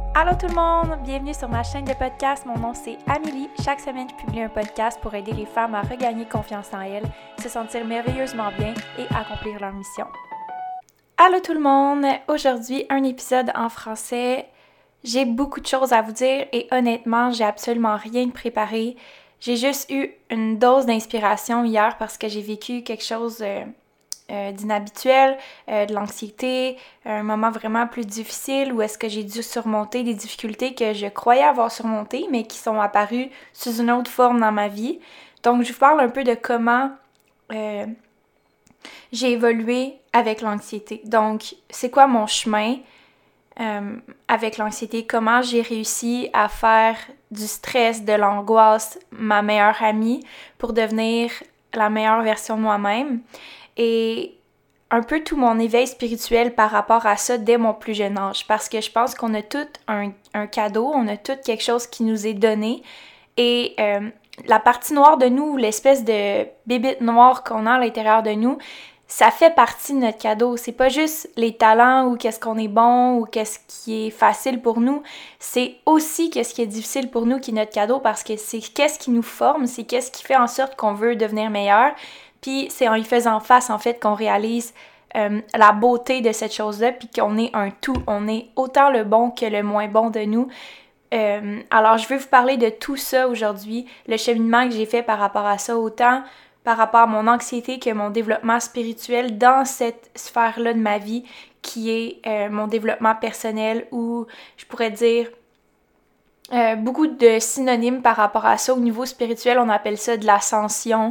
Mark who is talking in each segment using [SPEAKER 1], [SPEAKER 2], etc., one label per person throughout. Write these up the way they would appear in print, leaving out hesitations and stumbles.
[SPEAKER 1] Allô tout le monde! Bienvenue sur ma chaîne de podcast. Mon nom c'est Amélie. Chaque semaine, je publie un podcast pour aider les femmes à regagner confiance en elles, se sentir merveilleusement bien et accomplir leur mission. Allô tout le monde! Aujourd'hui, un épisode en français. J'ai beaucoup de choses à vous dire et honnêtement, j'ai absolument rien de préparé. J'ai juste eu une dose d'inspiration hier parce que j'ai vécu quelque chose d'inhabituel, de l'anxiété, un moment vraiment plus difficile où est-ce que j'ai dû surmonter des difficultés que je croyais avoir surmontées, mais qui sont apparues sous une autre forme dans ma vie. Donc, je vous parle un peu de comment j'ai évolué avec l'anxiété. Donc, c'est quoi mon chemin avec l'anxiété? Comment j'ai réussi à faire du stress, de l'angoisse, ma meilleure amie pour devenir la meilleure version de moi-même? Et un peu tout mon éveil spirituel par rapport à ça dès mon plus jeune âge. Parce que je pense qu'on a tout un cadeau, on a tout quelque chose qui nous est donné. Et la partie noire de nous, l'espèce de bébite noire qu'on a à l'intérieur de nous, ça fait partie de notre cadeau. C'est pas juste les talents ou qu'est-ce qu'on est bon ou qu'est-ce qui est facile pour nous. C'est aussi qu'est-ce qui est difficile pour nous qui est notre cadeau parce que c'est qu'est-ce qui nous forme, c'est qu'est-ce qui fait en sorte qu'on veut devenir meilleur. Puis c'est en y faisant face, en fait, qu'on réalise la beauté de cette chose-là, puis qu'on est un tout. On est autant le bon que le moins bon de nous. Alors, je vais vous parler de tout ça aujourd'hui, le cheminement que j'ai fait par rapport à ça, autant par rapport à mon anxiété que mon développement spirituel dans cette sphère-là de ma vie, qui est mon développement personnel, ou je pourrais dire beaucoup de synonymes par rapport à ça. Au niveau spirituel, on appelle ça de l'ascension.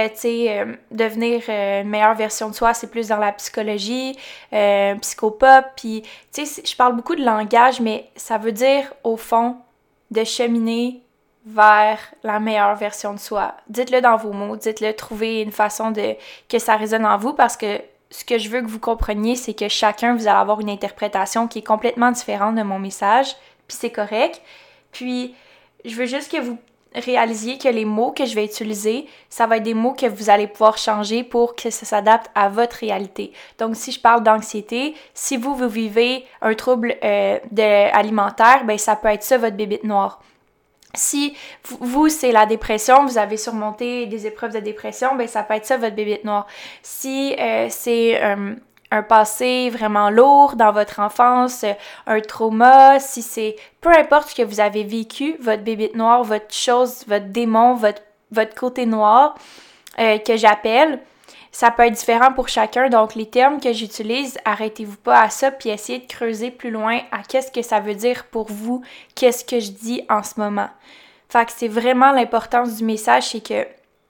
[SPEAKER 1] Devenir une meilleure version de soi, c'est plus dans la psychologie, psychopop. Puis, tu sais, je parle beaucoup de langage, mais ça veut dire, au fond, de cheminer vers la meilleure version de soi. Dites-le dans vos mots, dites-le, trouvez une façon que ça résonne en vous, parce que ce que je veux que vous compreniez, c'est que chacun, vous allez avoir une interprétation qui est complètement différente de mon message, puis c'est correct. Puis, je veux juste que vous réalisiez que les mots que je vais utiliser, ça va être des mots que vous allez pouvoir changer pour que ça s'adapte à votre réalité. Donc, si je parle d'anxiété, si vous vivez un trouble alimentaire, ben ça peut être ça, votre bébite noire. Si vous, c'est la dépression, vous avez surmonté des épreuves de dépression, ben ça peut être ça, votre bébite noire. Si c'est un passé vraiment lourd dans votre enfance, un trauma, si c'est peu importe ce que vous avez vécu, votre bébite noire, votre chose, votre démon, votre côté noir que j'appelle, ça peut être différent pour chacun. Donc les termes que j'utilise, arrêtez-vous pas à ça puis essayez de creuser plus loin à qu'est-ce que ça veut dire pour vous, qu'est-ce que je dis en ce moment. Fait que c'est vraiment l'importance du message, c'est que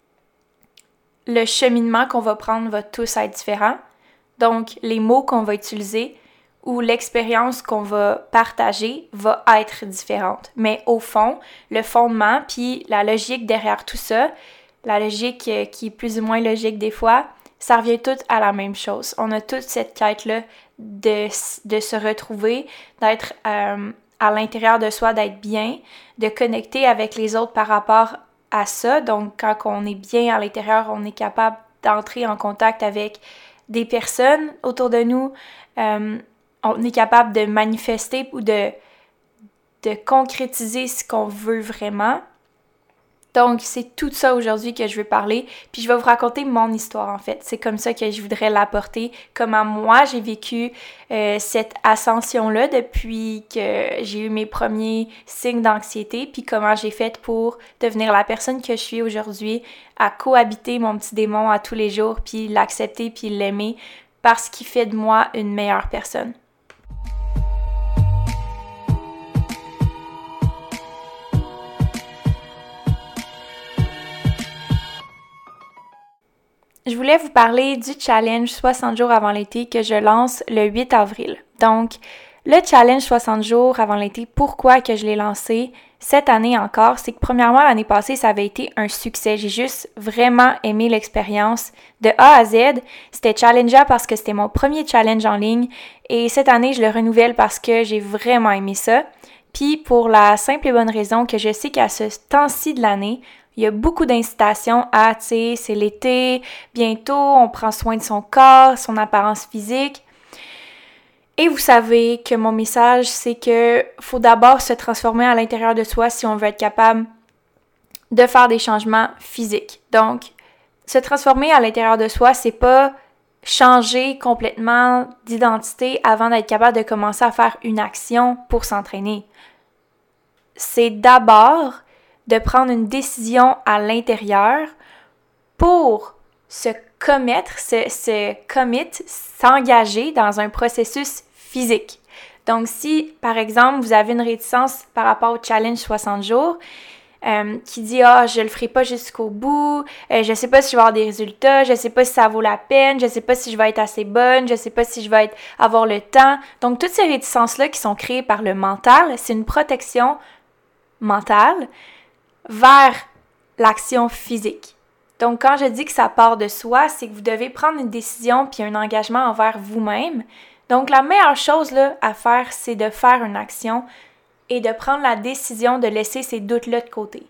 [SPEAKER 1] le cheminement qu'on va prendre va tous être différent. Donc, les mots qu'on va utiliser ou l'expérience qu'on va partager va être différente. Mais au fond, le fondement puis la logique derrière tout ça, la logique qui est plus ou moins logique des fois, ça revient tout à la même chose. On a toute cette quête-là de se retrouver, d'être à l'intérieur de soi, d'être bien, de connecter avec les autres par rapport à ça. Donc, quand on est bien à l'intérieur, on est capable d'entrer en contact avec des personnes autour de nous, on est capable de manifester ou de concrétiser ce qu'on veut vraiment. Donc, c'est tout ça aujourd'hui que je veux parler, puis je vais vous raconter mon histoire en fait. C'est comme ça que je voudrais l'apporter, comment moi j'ai vécu cette ascension-là depuis que j'ai eu mes premiers signes d'anxiété, puis comment j'ai fait pour devenir la personne que je suis aujourd'hui, à cohabiter mon petit démon à tous les jours, puis l'accepter, puis l'aimer, parce qu'il fait de moi une meilleure personne. Je voulais vous parler du challenge 60 jours avant l'été que je lance le 8 avril. Donc, le challenge 60 jours avant l'été, pourquoi que je l'ai lancé cette année encore? C'est que premièrement, l'année passée, ça avait été un succès. J'ai juste vraiment aimé l'expérience de A à Z. C'était challengeant parce que c'était mon premier challenge en ligne et cette année, je le renouvelle parce que j'ai vraiment aimé ça. Puis pour la simple et bonne raison que je sais qu'à ce temps-ci de l'année, il y a beaucoup d'incitations à, tu sais, c'est l'été, bientôt, on prend soin de son corps, son apparence physique. Et vous savez que mon message, c'est que faut d'abord se transformer à l'intérieur de soi si on veut être capable de faire des changements physiques. Donc, se transformer à l'intérieur de soi, c'est pas changer complètement d'identité avant d'être capable de commencer à faire une action pour s'entraîner. C'est d'abord de prendre une décision à l'intérieur pour se s'engager dans un processus physique. Donc, si, par exemple, vous avez une réticence par rapport au challenge 60 jours, qui dit « Ah, je le ferai pas jusqu'au bout, je sais pas si je vais avoir des résultats, je sais pas si ça vaut la peine, je sais pas si je vais être assez bonne, je sais pas si je vais avoir le temps. » Donc, toutes ces réticences-là qui sont créées par le mental, c'est une protection mentale vers l'action physique. Donc, quand je dis que ça part de soi, c'est que vous devez prendre une décision puis un engagement envers vous-même. Donc, la meilleure chose là, à faire, c'est de faire une action et de prendre la décision de laisser ces doutes-là de côté.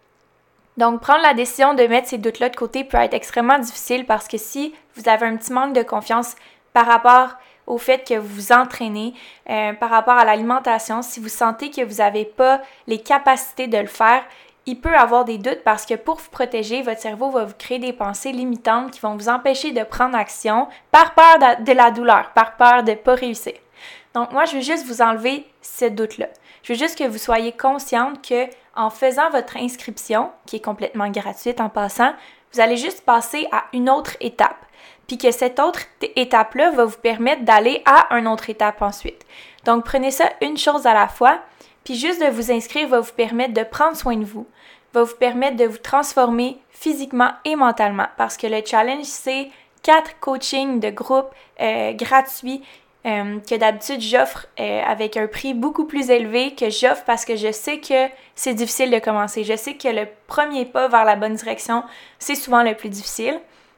[SPEAKER 1] Donc, prendre la décision de mettre ces doutes-là de côté peut être extrêmement difficile parce que si vous avez un petit manque de confiance par rapport au fait que vous vous entraînez, par rapport à l'alimentation, si vous sentez que vous n'avez pas les capacités de le faire, il peut avoir des doutes parce que pour vous protéger, votre cerveau va vous créer des pensées limitantes qui vont vous empêcher de prendre action par peur de la douleur, par peur de ne pas réussir. Donc, moi, je veux juste vous enlever ce doute-là. Je veux juste que vous soyez consciente que en faisant votre inscription, qui est complètement gratuite en passant, vous allez juste passer à une autre étape. Puis que cette autre étape-là va vous permettre d'aller à une autre étape ensuite. Donc, prenez ça une chose à la fois. Puis juste de vous inscrire va vous permettre de prendre soin de vous, va vous permettre de vous transformer physiquement et mentalement. Parce que le challenge, c'est 4 coachings de groupe gratuits que d'habitude j'offre avec un prix beaucoup plus élevé que j'offre parce que je sais que c'est difficile de commencer. Je sais que le premier pas vers la bonne direction, c'est souvent le plus difficile.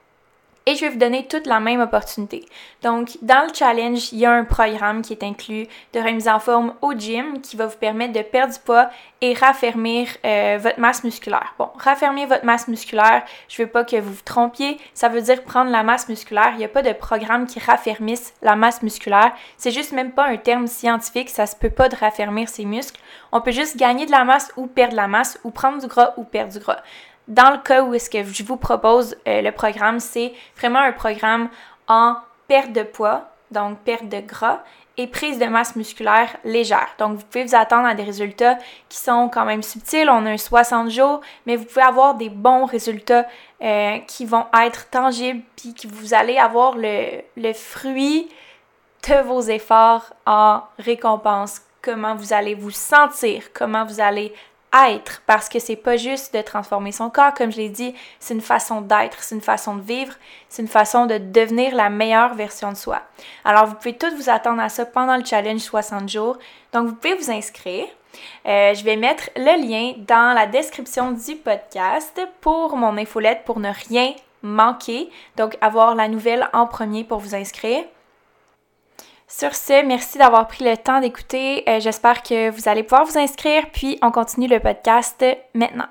[SPEAKER 1] Et je vais vous donner toute la même opportunité. Donc, dans le challenge, il y a un programme qui est inclus de remise en forme au gym qui va vous permettre de perdre du poids et raffermir votre masse musculaire. Bon, raffermir votre masse musculaire, je veux pas que vous vous trompiez, ça veut dire prendre la masse musculaire. Il n'y a pas de programme qui raffermisse la masse musculaire. C'est juste même pas un terme scientifique, ça se peut pas de raffermir ses muscles. On peut juste gagner de la masse ou perdre la masse ou prendre du gras ou perdre du gras. Dans le cas où est-ce que je vous propose le programme, c'est vraiment un programme en perte de poids, donc perte de gras, et prise de masse musculaire légère. Donc, vous pouvez vous attendre à des résultats qui sont quand même subtils. On a un 60 jours, mais vous pouvez avoir des bons résultats qui vont être tangibles, puis que vous allez avoir le fruit de vos efforts en récompense. Comment vous allez vous sentir, comment vous allez être, parce que c'est pas juste de transformer son corps, comme je l'ai dit, c'est une façon d'être, c'est une façon de vivre, c'est une façon de devenir la meilleure version de soi. Alors, vous pouvez tous vous attendre à ça pendant le challenge 60 jours. Donc, vous pouvez vous inscrire. Je vais mettre le lien dans la description du podcast pour mon infolette pour ne rien manquer. Donc, avoir la nouvelle en premier pour vous inscrire. Sur ce, merci d'avoir pris le temps d'écouter. J'espère que vous allez pouvoir vous inscrire, puis on continue le podcast maintenant.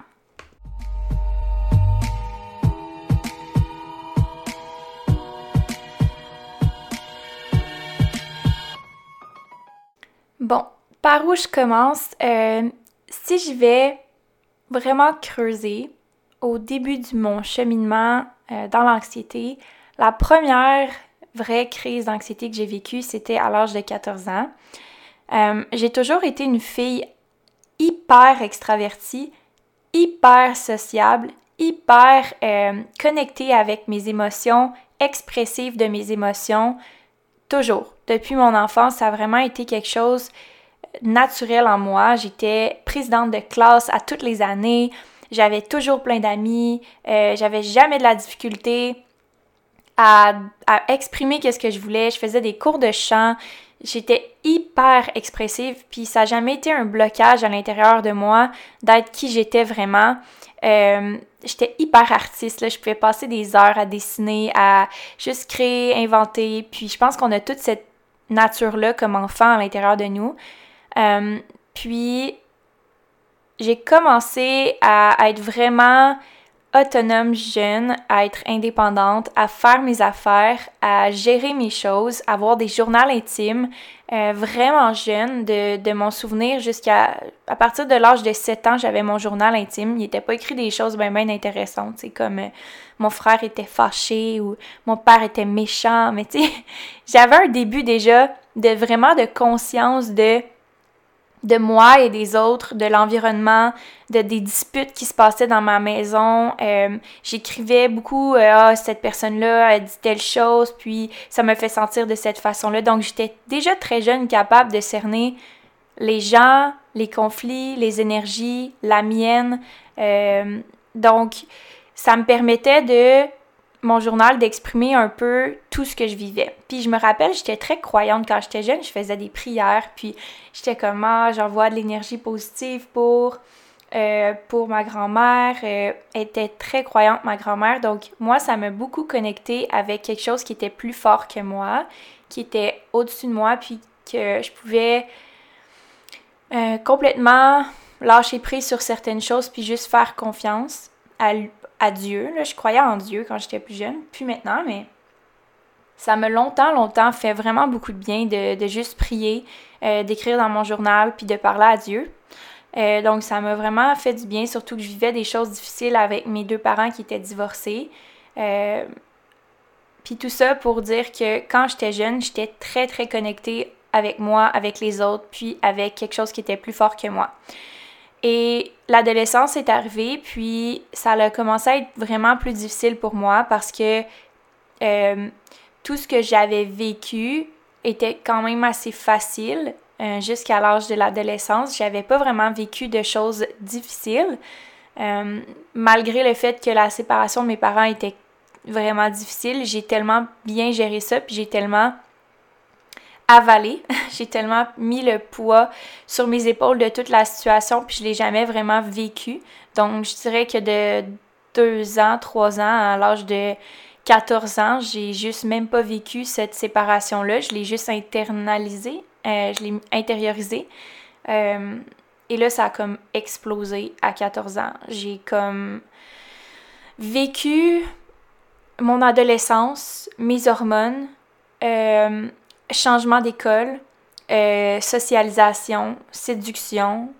[SPEAKER 1] Bon, par où je commence? Si je vais vraiment creuser au début de mon cheminement dans l'anxiété, la première vraie crise d'anxiété que j'ai vécue, c'était à l'âge de 14 ans. J'ai toujours été une fille hyper extravertie, hyper sociable, hyper connectée avec mes émotions, expressive de mes émotions, toujours. Depuis mon enfance, ça a vraiment été quelque chose naturel en moi. J'étais présidente de classe à toutes les années, j'avais toujours plein d'amis, j'avais jamais de la difficulté à exprimer qu'est-ce que je voulais. Je faisais des cours de chant. J'étais hyper expressive, puis ça n'a jamais été un blocage à l'intérieur de moi d'être qui j'étais vraiment. J'étais hyper artiste, là. Je pouvais passer des heures à dessiner, à juste créer, inventer. Puis je pense qu'on a toute cette nature-là comme enfant à l'intérieur de nous. Puis j'ai commencé à être vraiment autonome jeune, à être indépendante, à faire mes affaires, à gérer mes choses, à avoir des journaux intimes, vraiment jeune, de mon souvenir à partir de l'âge de 7 ans, j'avais mon journal intime. Il n'était pas écrit des choses bien intéressantes, c'est comme mon frère était fâché ou mon père était méchant, mais tu sais, j'avais un début déjà de conscience de moi et des autres, de l'environnement, des disputes qui se passaient dans ma maison. J'écrivais beaucoup cette personne-là a dit telle chose, puis ça me fait sentir de cette façon-là. Donc, j'étais déjà très jeune capable de cerner les gens, les conflits, les énergies, la mienne. Donc, ça me permettait mon journal d'exprimer un peu tout ce que je vivais. Puis je me rappelle, j'étais très croyante quand j'étais jeune, je faisais des prières, puis j'étais comme, j'envoie de l'énergie positive pour ma grand-mère. Elle était très croyante, ma grand-mère, donc moi, ça m'a beaucoup connectée avec quelque chose qui était plus fort que moi, qui était au-dessus de moi, puis que je pouvais complètement lâcher prise sur certaines choses, puis juste faire confiance à Dieu. Là, je croyais en Dieu quand j'étais plus jeune, puis maintenant, mais ça m'a longtemps fait vraiment beaucoup de bien de juste prier, d'écrire dans mon journal, puis de parler à Dieu. Donc, ça m'a vraiment fait du bien, surtout que je vivais des choses difficiles avec mes 2 parents qui étaient divorcés. Puis tout ça pour dire que quand j'étais jeune, j'étais très, très connectée avec moi, avec les autres, puis avec quelque chose qui était plus fort que moi. Et l'adolescence est arrivée, puis ça a commencé à être vraiment plus difficile pour moi parce que tout ce que j'avais vécu était quand même assez facile jusqu'à l'âge de l'adolescence. J'avais pas vraiment vécu de choses difficiles, malgré le fait que la séparation de mes parents était vraiment difficile. J'ai tellement bien géré ça, puis j'ai tellement avalé, j'ai tellement mis le poids sur mes épaules de toute la situation, puis je l'ai jamais vraiment vécu. Donc, je dirais que de 2 ans, 3 ans, à l'âge de 14 ans, j'ai juste même pas vécu cette séparation-là. Je l'ai juste internalisée, je l'ai intériorisée. Et là, ça a comme explosé à 14 ans. J'ai comme vécu mon adolescence, mes hormones, changement d'école, socialisation, séduction,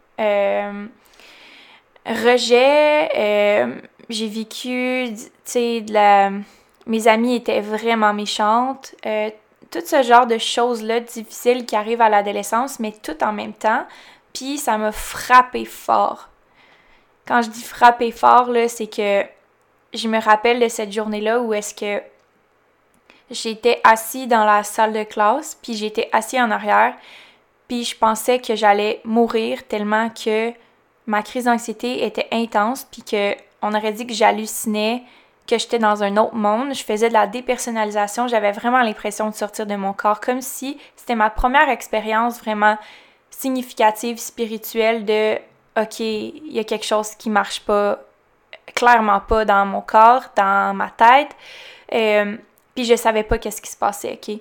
[SPEAKER 1] rejet, j'ai vécu, tu sais, mes amies étaient vraiment méchantes, tout ce genre de choses-là difficiles qui arrivent à l'adolescence, mais tout en même temps, puis ça m'a frappé fort. Quand je dis frappé fort, là, c'est que je me rappelle de cette journée-là où est-ce que j'étais assis dans la salle de classe, puis j'étais assis en arrière, puis je pensais que j'allais mourir tellement que ma crise d'anxiété était intense, puis qu'on aurait dit que j'hallucinais, que j'étais dans un autre monde. Je faisais de la dépersonnalisation, j'avais vraiment l'impression de sortir de mon corps, comme si c'était ma première expérience vraiment significative, spirituelle de « OK, il y a quelque chose qui marche pas, clairement pas dans mon corps, dans ma tête. » Puis je savais pas qu'est-ce qui se passait, OK?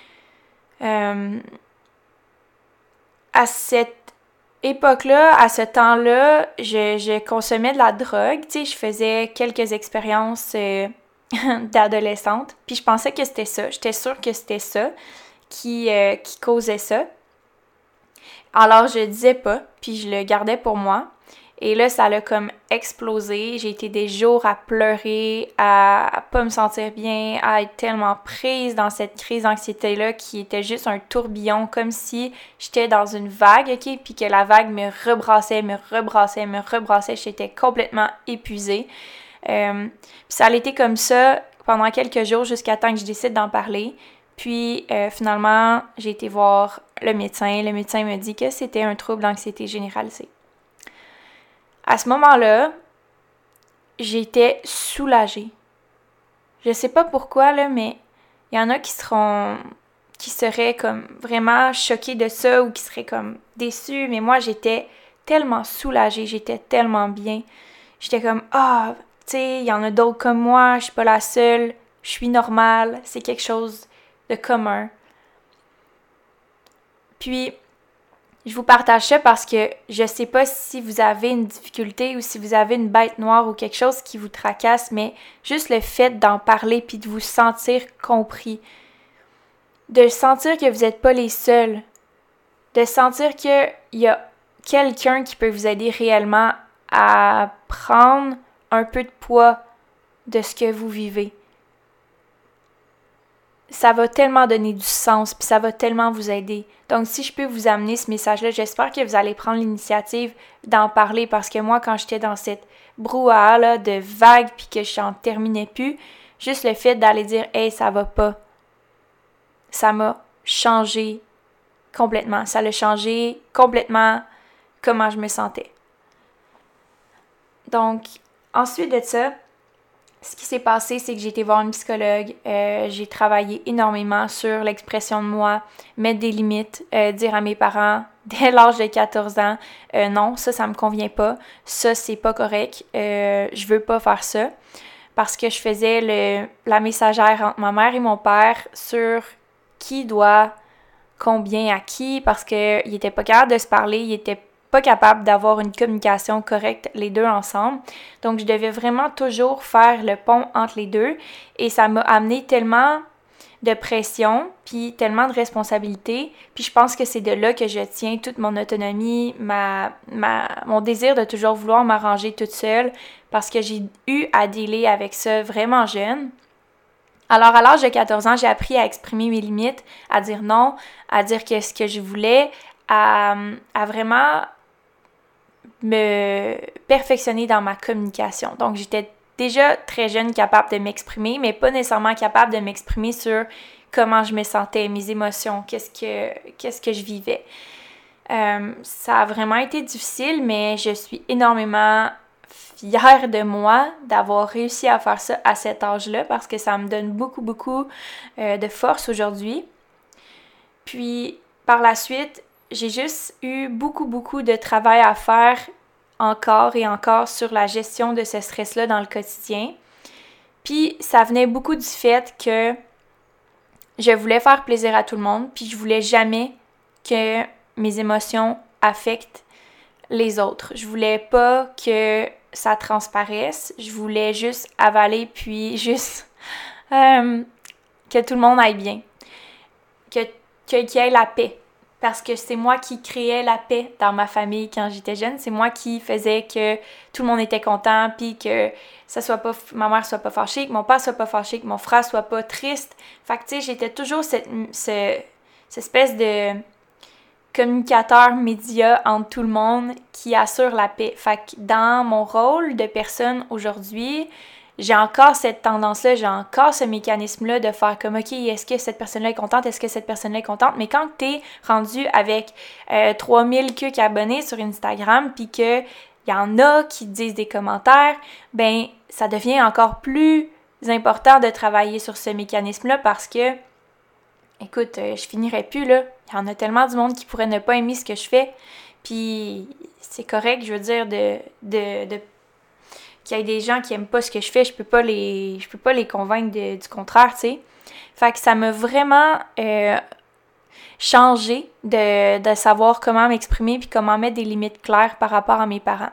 [SPEAKER 1] À cette époque-là, à ce temps-là, je consommais de la drogue, tu sais, je faisais quelques expériences d'adolescente, puis je pensais que c'était ça. J'étais sûre que c'était ça qui causait ça. Alors, je disais pas, puis je le gardais pour moi. Et là, ça l'a comme explosé. J'ai été des jours à pleurer, à pas me sentir bien, à être tellement prise dans cette crise d'anxiété-là qui était juste un tourbillon, comme si j'étais dans une vague, OK? Puis que la vague me rebrassait. J'étais complètement épuisée. Puis ça a été comme ça pendant quelques jours jusqu'à temps que je décide d'en parler. Puis finalement, j'ai été voir le médecin. Le médecin me dit que c'était un trouble d'anxiété généralisée. À ce moment-là, j'étais soulagée. Je sais pas pourquoi, là, mais il y en a qui seraient comme vraiment choqués de ça ou qui seraient comme déçus, mais moi, j'étais tellement soulagée, j'étais tellement bien. J'étais comme, tu sais, il y en a d'autres comme moi, je suis pas la seule, je suis normale, c'est quelque chose de commun. Puis, je vous partage ça parce que je sais pas si vous avez une difficulté ou si vous avez une bête noire ou quelque chose qui vous tracasse, mais juste le fait d'en parler puis de vous sentir compris, de sentir que vous n'êtes pas les seuls de sentir qu'il y a quelqu'un qui peut vous aider réellement à prendre un peu de poids de ce que vous vivez. Ça va tellement donner du sens, puis ça va tellement vous aider. Donc, si je peux vous amener ce message-là, j'espère que vous allez prendre l'initiative d'en parler, parce que moi, quand j'étais dans cette brouhaha-là de vagues, puis que je n'en terminais plus, juste le fait d'aller dire « Hey, ça va pas », ça m'a changé complètement. Ça l'a changé complètement comment je me sentais. Donc, ensuite de ça, ce qui s'est passé, c'est que j'ai été voir une psychologue. J'ai travaillé énormément sur l'expression de moi, mettre des limites, dire à mes parents dès l'âge de 14 ans, non, ça me convient pas. Ça, c'est pas correct. Je veux pas faire ça. Parce que je faisais la messagère entre ma mère et mon père sur qui doit combien à qui, parce qu'ils n'étaient pas capables de se parler, ils n'étaient pas capables d'avoir une communication correcte les deux ensemble. Donc, je devais vraiment toujours faire le pont entre les deux et ça m'a amené tellement de pression, puis tellement de responsabilité. Puis je pense que c'est de là que je tiens toute mon autonomie, mon désir de toujours vouloir m'arranger toute seule, parce que j'ai eu à dealer avec ça vraiment jeune. Alors, à l'âge de 14 ans, j'ai appris à exprimer mes limites, à dire non, à dire ce que je voulais, à vraiment me perfectionner dans ma communication. Donc, j'étais déjà très jeune capable de m'exprimer, mais pas nécessairement capable de m'exprimer sur comment je me sentais, mes émotions, qu'est-ce que je vivais. Ça a vraiment été difficile, mais je suis énormément fière de moi d'avoir réussi à faire ça à cet âge-là parce que ça me donne beaucoup, beaucoup de force aujourd'hui. Puis, par la suite, j'ai juste eu beaucoup, beaucoup de travail à faire encore et encore sur la gestion de ce stress-là dans le quotidien. Puis, ça venait beaucoup du fait que je voulais faire plaisir à tout le monde, puis je voulais jamais que mes émotions affectent les autres. Je voulais pas que ça transparaisse. Je voulais juste avaler, puis juste que tout le monde aille bien. Qu'il y ait la paix. Parce que c'est moi qui créais la paix dans ma famille quand j'étais jeune. C'est moi qui faisais que tout le monde était content, puis que ma mère soit pas fâchée, que mon père soit pas fâché, que mon frère soit pas triste. Fait que, tu sais, j'étais toujours cette espèce de communicateur média entre tout le monde qui assure la paix. Fait que dans mon rôle de personne aujourd'hui, j'ai encore cette tendance-là, j'ai encore ce mécanisme-là de faire comme, OK, est-ce que cette personne-là est contente? Est-ce que cette personne-là est contente? Mais quand t'es rendu avec 3000 cucs abonnés sur Instagram, puis que y en a qui disent des commentaires, ben ça devient encore plus important de travailler sur ce mécanisme-là parce que, écoute, je finirais plus, là. Il y en a tellement du monde qui pourrait ne pas aimer ce que je fais, puis c'est correct, je veux dire, qu'il y ait des gens qui aiment pas ce que je fais, je peux pas les convaincre du contraire, tu sais. Fait que ça m'a vraiment changé de savoir comment m'exprimer puis comment mettre des limites claires par rapport à mes parents.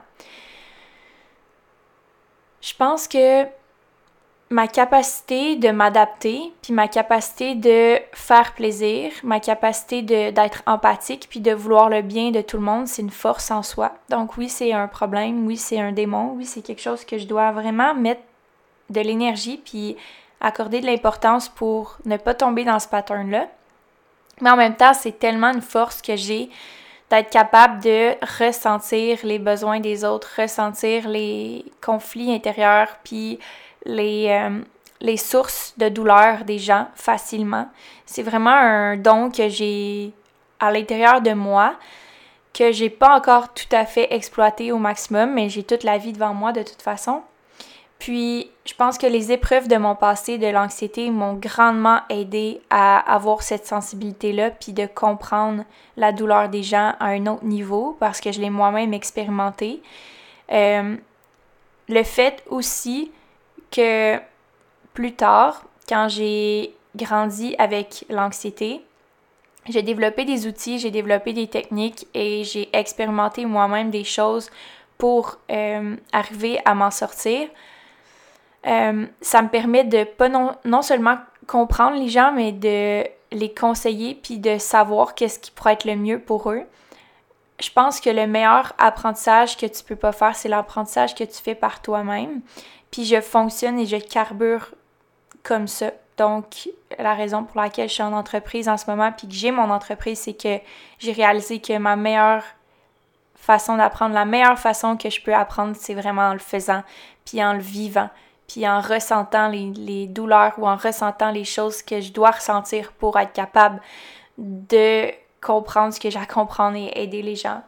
[SPEAKER 1] Je pense que ma capacité de m'adapter, puis ma capacité de faire plaisir, ma capacité d'être empathique, puis de vouloir le bien de tout le monde, c'est une force en soi. Donc oui, c'est un problème, oui, c'est un démon, oui, c'est quelque chose que je dois vraiment mettre de l'énergie, puis accorder de l'importance pour ne pas tomber dans ce pattern-là. Mais en même temps, c'est tellement une force que j'ai d'être capable de ressentir les besoins des autres, ressentir les conflits intérieurs, puis les sources de douleur des gens facilement. C'est vraiment un don que j'ai à l'intérieur de moi, que j'ai pas encore tout à fait exploité au maximum, mais j'ai toute la vie devant moi de toute façon. Puis, je pense que les épreuves de mon passé, de l'anxiété, m'ont grandement aidé à avoir cette sensibilité-là, puis de comprendre la douleur des gens à un autre niveau, parce que je l'ai moi-même expérimenté. Le fait aussi que plus tard, quand j'ai grandi avec l'anxiété, j'ai développé des outils, j'ai développé des techniques et j'ai expérimenté moi-même des choses pour arriver à m'en sortir. Ça me permet de pas non seulement comprendre les gens, mais de les conseiller puis de savoir qu'est-ce qui pourrait être le mieux pour eux. Je pense que le meilleur apprentissage que tu peux pas faire, c'est l'apprentissage que tu fais par toi-même. Puis je fonctionne et je carbure comme ça. Donc, la raison pour laquelle je suis en entreprise en ce moment puis que j'ai mon entreprise, c'est que j'ai réalisé que ma meilleure façon d'apprendre, la meilleure façon que je peux apprendre, c'est vraiment en le faisant, puis en le vivant, puis en ressentant les douleurs ou en ressentant les choses que je dois ressentir pour être capable de comprendre ce que j'ai à comprendre et aider les gens.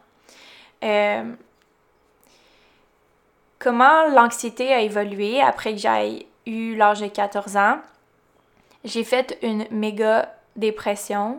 [SPEAKER 1] Comment l'anxiété a évolué après que j'ai eu l'âge de 14 ans? J'ai fait une méga dépression.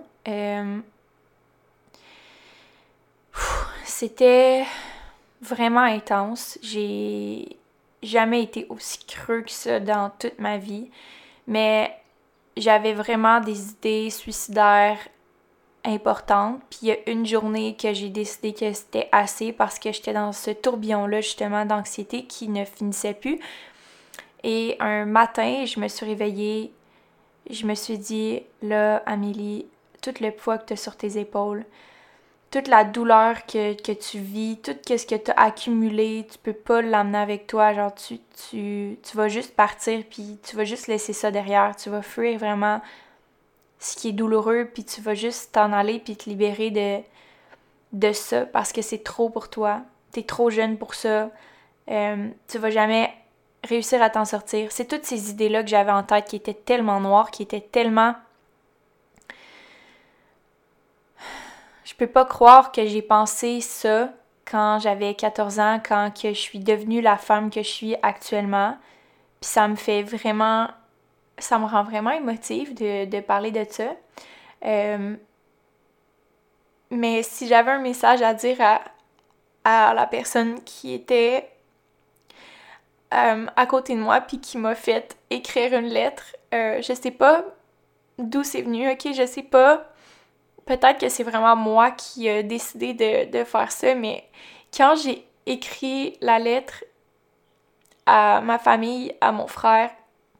[SPEAKER 1] C'était vraiment intense. J'ai jamais été aussi creux que ça dans toute ma vie. Mais j'avais vraiment des idées suicidaires importante. Puis il y a une journée que j'ai décidé que c'était assez parce que j'étais dans ce tourbillon-là justement d'anxiété qui ne finissait plus. Et un matin, je me suis réveillée, je me suis dit, là, Amélie, tout le poids que tu as sur tes épaules, toute la douleur que tu vis, tout ce que tu as accumulé, tu peux pas l'amener avec toi. Genre, tu vas juste partir puis tu vas juste laisser ça derrière. Tu vas fuir vraiment ce qui est douloureux, puis tu vas juste t'en aller puis te libérer de ça parce que c'est trop pour toi. T'es trop jeune pour ça. Tu vas jamais réussir à t'en sortir. C'est toutes ces idées-là que j'avais en tête qui étaient tellement noires, qui étaient tellement... Je peux pas croire que j'ai pensé ça quand j'avais 14 ans, quand que je suis devenue la femme que je suis actuellement. Puis ça me fait vraiment... Ça me rend vraiment émotive de parler de ça. Mais si j'avais un message à dire à la personne qui était à côté de moi puis qui m'a fait écrire une lettre, je sais pas d'où c'est venu, ok? Je sais pas. Peut-être que c'est vraiment moi qui ai décidé de faire ça, mais quand j'ai écrit la lettre à ma famille, à mon frère,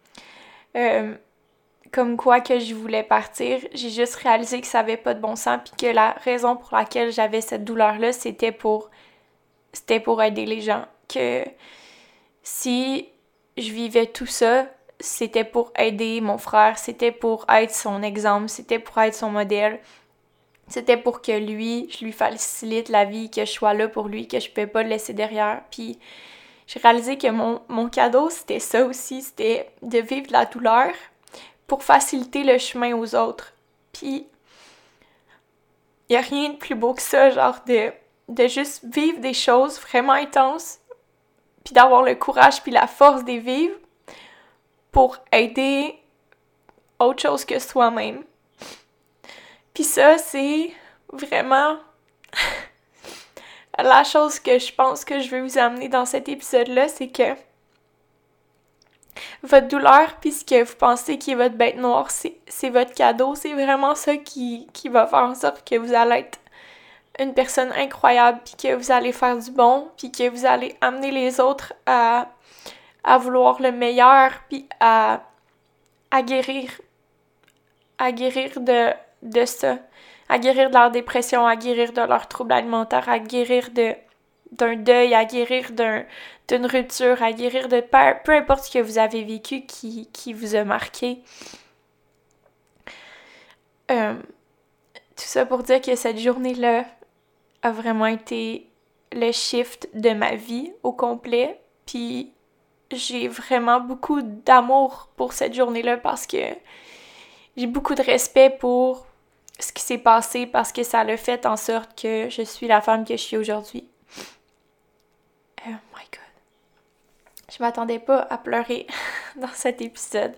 [SPEAKER 1] comme quoi que je voulais partir, j'ai juste réalisé que ça avait pas de bon sens puis que la raison pour laquelle j'avais cette douleur-là, c'était pour aider les gens. Que si je vivais tout ça, c'était pour aider mon frère, c'était pour être son exemple, c'était pour être son modèle. C'était pour que lui, je lui facilite la vie, que je sois là pour lui, que je pouvais pas le laisser derrière. Puis j'ai réalisé que mon cadeau, c'était ça aussi, c'était de vivre de la douleur pour faciliter le chemin aux autres. Puis il y a rien de plus beau que ça, genre de juste vivre des choses vraiment intenses, puis d'avoir le courage puis la force de les vivre pour aider autre chose que soi-même. Puis ça, c'est vraiment la chose que je pense que je veux vous amener dans cet épisode-là, c'est que votre douleur puis ce que vous pensez qui est votre bête noire, c'est votre cadeau. C'est vraiment ça qui va faire en sorte que vous allez être une personne incroyable puis que vous allez faire du bon puis que vous allez amener les autres à vouloir le meilleur puis à guérir de ça, à guérir de leur dépression, à guérir de leurs troubles alimentaires, à guérir d'un deuil, à guérir d'une rupture, à guérir de peu importe ce que vous avez vécu qui vous a marqué. Tout ça pour dire que cette journée-là a vraiment été le shift de ma vie au complet, puis j'ai vraiment beaucoup d'amour pour cette journée-là parce que j'ai beaucoup de respect pour ce qui s'est passé parce que ça l'a fait en sorte que je suis la femme que je suis aujourd'hui. Oh my God. Je m'attendais pas à pleurer dans cet épisode.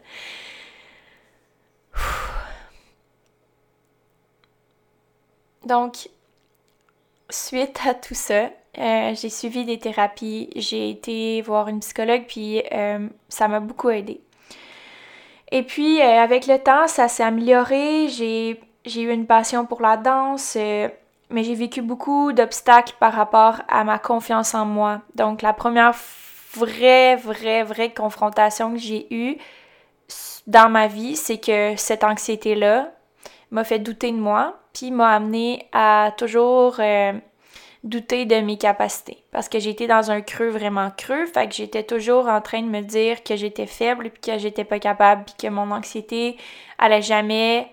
[SPEAKER 1] Donc, suite à tout ça, j'ai suivi des thérapies, j'ai été voir une psychologue, puis ça m'a beaucoup aidée. Et puis, avec le temps, ça s'est amélioré. J'ai eu une passion pour la danse, mais j'ai vécu beaucoup d'obstacles par rapport à ma confiance en moi. Donc, la première vraie confrontation que j'ai eue dans ma vie, c'est que cette anxiété-là m'a fait douter de moi, puis m'a amené à toujours douter de mes capacités. Parce que j'étais dans un creux vraiment creux, fait que j'étais toujours en train de me dire que j'étais faible, puis que j'étais pas capable, puis que mon anxiété allait jamais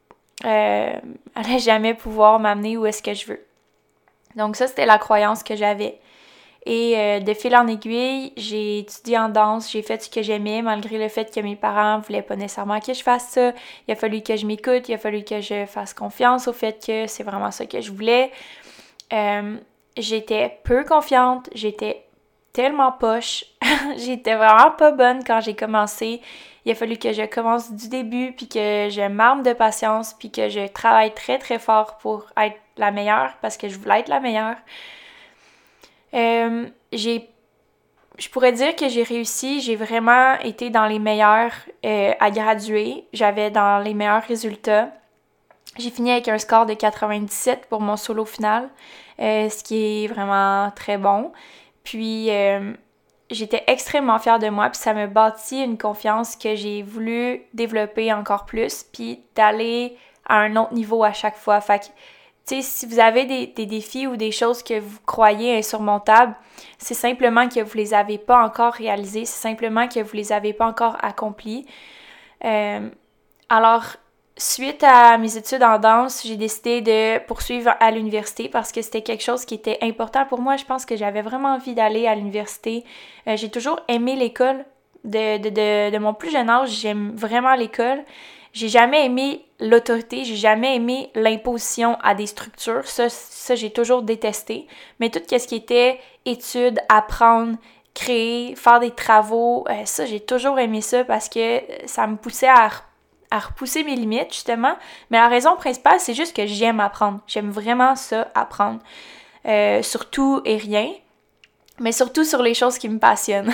[SPEAKER 1] pouvoir m'amener où est-ce que je veux. Donc ça, c'était la croyance que j'avais. Et de fil en aiguille, j'ai étudié en danse, j'ai fait ce que j'aimais, malgré le fait que mes parents voulaient pas nécessairement que je fasse ça. Il a fallu que je m'écoute, il a fallu que je fasse confiance au fait que c'est vraiment ça que je voulais. J'étais peu confiante, j'étais tellement poche, j'étais vraiment pas bonne quand j'ai commencé. Il a fallu que je commence du début, puis que je m'arme de patience, puis que je travaille très très fort pour être la meilleure, parce que je voulais être la meilleure. Je pourrais dire que j'ai réussi, j'ai vraiment été dans les meilleurs à graduer, j'avais dans les meilleurs résultats. J'ai fini avec un score de 97 pour mon solo final, ce qui est vraiment très bon. Puis j'étais extrêmement fière de moi, puis ça m'a bâti une confiance que j'ai voulu développer encore plus, puis d'aller à un autre niveau à chaque fois. Fait que, tu sais, si vous avez des défis ou des choses que vous croyez insurmontables, c'est simplement que vous les avez pas encore réalisés, c'est simplement que vous les avez pas encore accomplis. Alors, suite à mes études en danse, j'ai décidé de poursuivre à l'université parce que c'était quelque chose qui était important pour moi. Je pense que j'avais vraiment envie d'aller à l'université. J'ai toujours aimé l'école. De mon plus jeune âge, j'aime vraiment l'école. J'ai jamais aimé l'autorité, j'ai jamais aimé l'imposition à des structures. Ça j'ai toujours détesté. Mais tout ce qui était études, apprendre, créer, faire des travaux, ça j'ai toujours aimé ça parce que ça me poussait à repousser mes limites, justement. Mais la raison principale, c'est juste que j'aime apprendre. J'aime vraiment ça, apprendre. Sur tout et rien, mais surtout sur les choses qui me passionnent.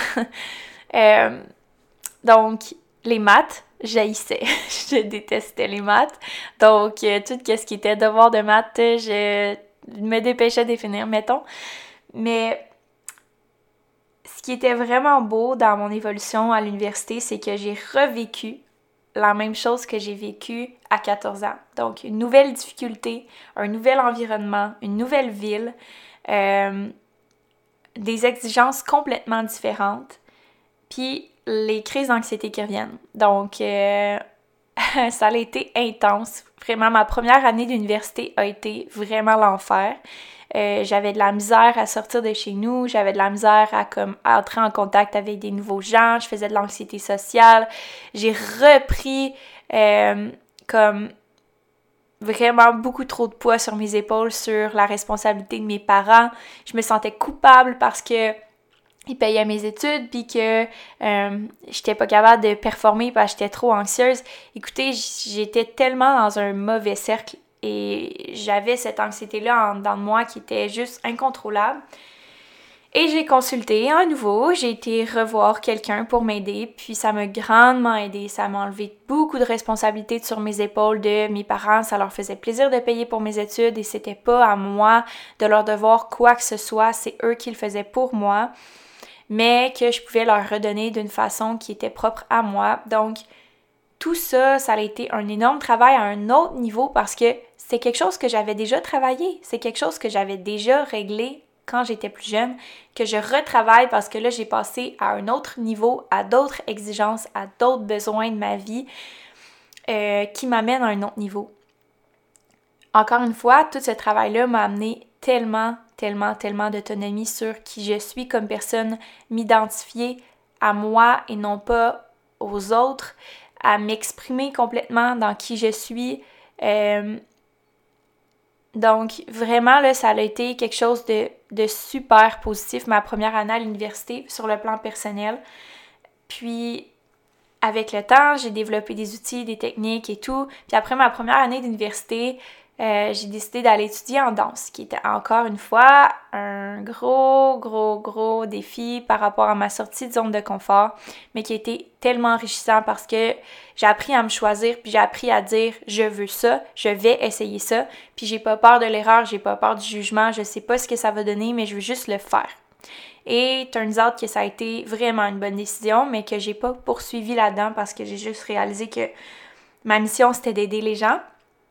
[SPEAKER 1] Donc, les maths, j'haïssais. Je détestais les maths. Donc, tout ce qui était devoir de maths, je me dépêchais de finir, mettons. Mais ce qui était vraiment beau dans mon évolution à l'université, c'est que j'ai revécu la même chose que j'ai vécu à 14 ans. Donc, une nouvelle difficulté, un nouvel environnement, une nouvelle ville, des exigences complètement différentes, puis les crises d'anxiété qui reviennent. Donc, ça a été intense. Vraiment, ma première année d'université a été vraiment l'enfer. J'avais de la misère à sortir de chez nous, j'avais de la misère à entrer en contact avec des nouveaux gens, je faisais de l'anxiété sociale. J'ai repris comme vraiment beaucoup trop de poids sur mes épaules, sur la responsabilité de mes parents. Je me sentais coupable parce que ils payaient mes études, puis que j'étais pas capable de performer parce que j'étais trop anxieuse. Écoutez, j'étais tellement dans un mauvais cercle et j'avais cette anxiété-là dans moi qui était juste incontrôlable. Et j'ai consulté à nouveau, j'ai été revoir quelqu'un pour m'aider, puis ça m'a grandement aidé, ça m'a enlevé beaucoup de responsabilités sur mes épaules de mes parents, ça leur faisait plaisir de payer pour mes études et c'était pas à moi de leur devoir quoi que ce soit, c'est eux qui le faisaient pour moi, mais que je pouvais leur redonner d'une façon qui était propre à moi. Donc, tout ça, ça a été un énorme travail à un autre niveau parce que c'est quelque chose que j'avais déjà travaillé, c'est quelque chose que j'avais déjà réglé quand j'étais plus jeune, que je retravaille parce que là, j'ai passé à un autre niveau, à d'autres exigences, à d'autres besoins de ma vie qui m'amènent à un autre niveau. Encore une fois, tout ce travail-là m'a amené tellement d'autonomie sur qui je suis comme personne, m'identifier à moi et non pas aux autres, à m'exprimer complètement dans qui je suis. Donc, vraiment, là, ça a été quelque chose de super positif, ma première année à l'université, sur le plan personnel. Puis, avec le temps, j'ai développé des outils, des techniques et tout. Puis après ma première année d'université, j'ai décidé d'aller étudier en danse, qui était encore une fois un gros défi par rapport à ma sortie de zone de confort, mais qui a été tellement enrichissant parce que j'ai appris à me choisir, puis j'ai appris à dire « je veux ça, je vais essayer ça », puis j'ai pas peur de l'erreur, j'ai pas peur du jugement, je sais pas ce que ça va donner, mais je veux juste le faire. Et turns out que ça a été vraiment une bonne décision, mais que j'ai pas poursuivi là-dedans parce que j'ai juste réalisé que ma mission, c'était d'aider les gens.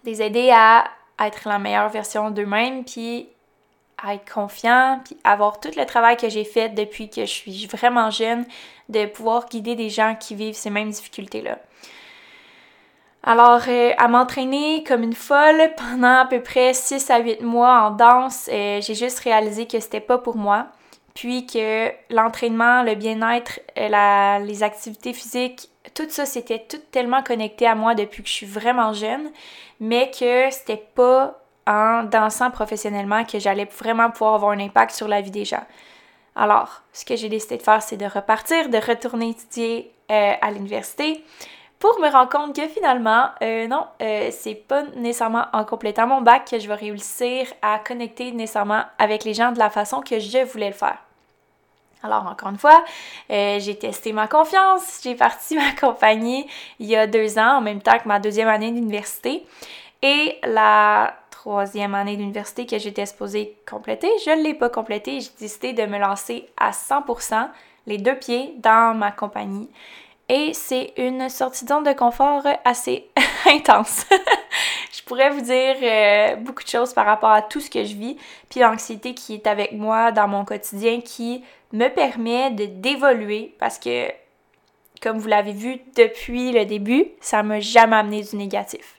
[SPEAKER 1] les aider à être la meilleure version d'eux-mêmes, puis à être confiant, puis avoir tout le travail que j'ai fait depuis que je suis vraiment jeune, de pouvoir guider des gens qui vivent ces mêmes difficultés-là. Alors, à m'entraîner comme une folle pendant à peu près 6 à 8 mois en danse, j'ai juste réalisé que c'était pas pour moi, puis que l'entraînement, le bien-être, les activités physiques, tout ça, c'était tout tellement connecté à moi depuis que je suis vraiment jeune, mais que c'était pas en dansant professionnellement que j'allais vraiment pouvoir avoir un impact sur la vie des gens. Alors, ce que j'ai décidé de faire, c'est de repartir, de retourner étudier à l'université pour me rendre compte que finalement, c'est pas nécessairement en complétant mon bac que je vais réussir à connecter nécessairement avec les gens de la façon que je voulais le faire. Alors, encore une fois, j'ai testé ma confiance, j'ai parti ma compagnie il y a 2 ans, en même temps que ma 2e année d'université. Et la 3e année d'université que j'étais supposée compléter, je ne l'ai pas complétée. J'ai décidé de me lancer à 100%, les 2 pieds, dans ma compagnie. Et c'est une sortie de zone de confort assez intense. Je pourrais vous dire beaucoup de choses par rapport à tout ce que je vis, puis l'anxiété qui est avec moi dans mon quotidien qui me permet d'évoluer parce que, comme vous l'avez vu depuis le début, ça m'a jamais amené du négatif.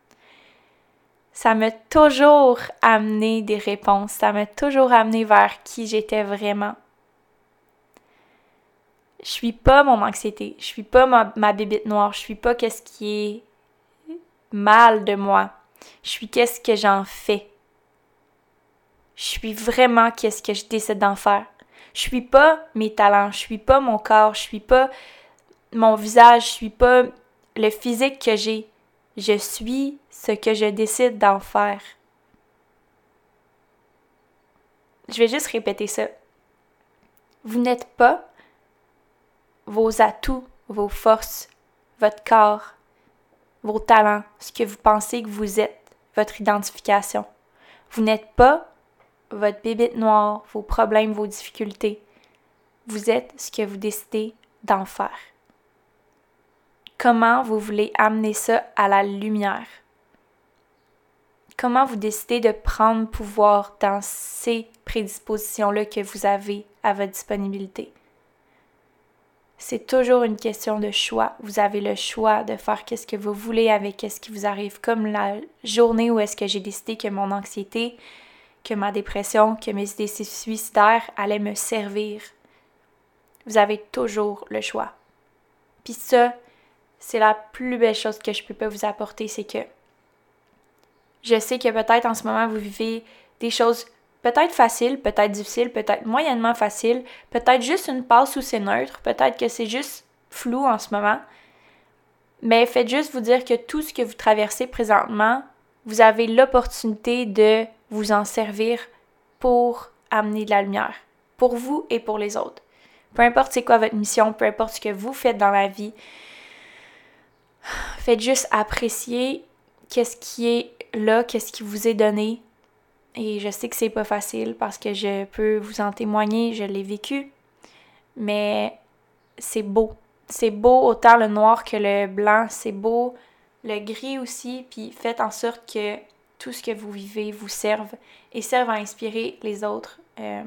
[SPEAKER 1] Ça m'a toujours amené des réponses, ça m'a toujours amené vers qui j'étais vraiment. Je suis pas mon anxiété, je suis pas ma bébite noire, je suis pas qu'est-ce qui est mal de moi. Je suis qu'est-ce que j'en fais. Je suis vraiment qu'est-ce que je décide d'en faire. Je suis pas mes talents, je suis pas mon corps, je suis pas mon visage, je suis pas le physique que j'ai. Je suis ce que je décide d'en faire. Je vais juste répéter ça. Vous n'êtes pas vos atouts, vos forces, votre corps, vos talents, ce que vous pensez que vous êtes, votre identification. Vous n'êtes pas votre bébite noire, vos problèmes, vos difficultés. Vous êtes ce que vous décidez d'en faire. Comment vous voulez amener ça à la lumière? Comment vous décidez de prendre pouvoir dans ces prédispositions-là que vous avez à votre disponibilité? C'est toujours une question de choix. Vous avez le choix de faire qu'est-ce que vous voulez avec qu'est-ce qui vous arrive. Comme la journée où est-ce que j'ai décidé que mon anxiété, que ma dépression, que mes idées suicidaires allaient me servir. Vous avez toujours le choix. Puis ça, c'est la plus belle chose que je peux pas vous apporter, c'est que je sais que peut-être en ce moment vous vivez des choses peut-être faciles, peut-être difficiles, peut-être moyennement faciles, peut-être juste une passe où c'est neutre, peut-être que c'est juste flou en ce moment. Mais faites juste vous dire que tout ce que vous traversez présentement, vous avez l'opportunité de vous en servir pour amener de la lumière, pour vous et pour les autres. Peu importe c'est quoi votre mission, peu importe ce que vous faites dans la vie, faites juste apprécier qu'est-ce qui est là, qu'est-ce qui vous est donné. Et je sais que c'est pas facile parce que je peux vous en témoigner, je l'ai vécu. Mais c'est beau. C'est beau autant le noir que le blanc, c'est beau le gris aussi. Puis faites en sorte que tout ce que vous vivez vous serve et serve à inspirer les autres.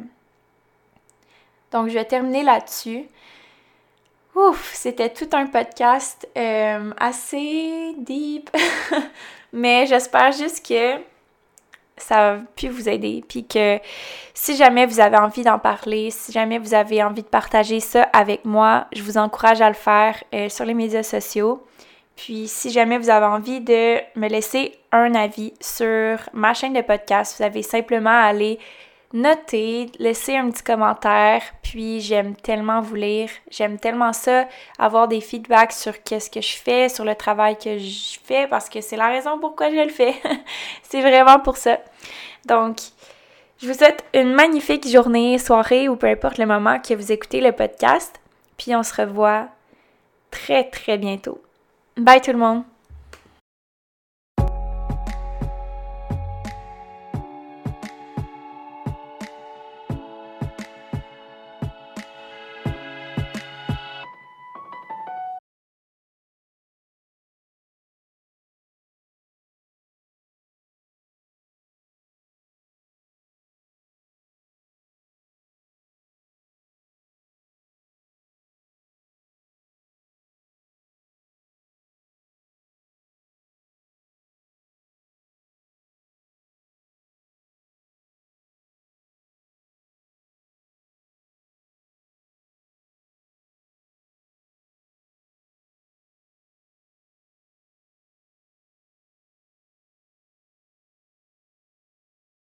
[SPEAKER 1] Donc je vais terminer là-dessus. Ouf, c'était tout un podcast assez deep. Mais j'espère juste que ça a pu vous aider. Puis que si jamais vous avez envie d'en parler, si jamais vous avez envie de partager ça avec moi, je vous encourage à le faire sur les médias sociaux. Puis si jamais vous avez envie de me laisser un avis sur ma chaîne de podcast, vous avez simplement à aller noter, laisser un petit commentaire, puis j'aime tellement vous lire, j'aime tellement ça, avoir des feedbacks sur qu'est-ce que je fais, sur le travail que je fais, parce que c'est la raison pourquoi je le fais. C'est vraiment pour ça. Donc, je vous souhaite une magnifique journée, soirée ou peu importe le moment que vous écoutez le podcast, puis on se revoit très très bientôt. Bye tout le monde!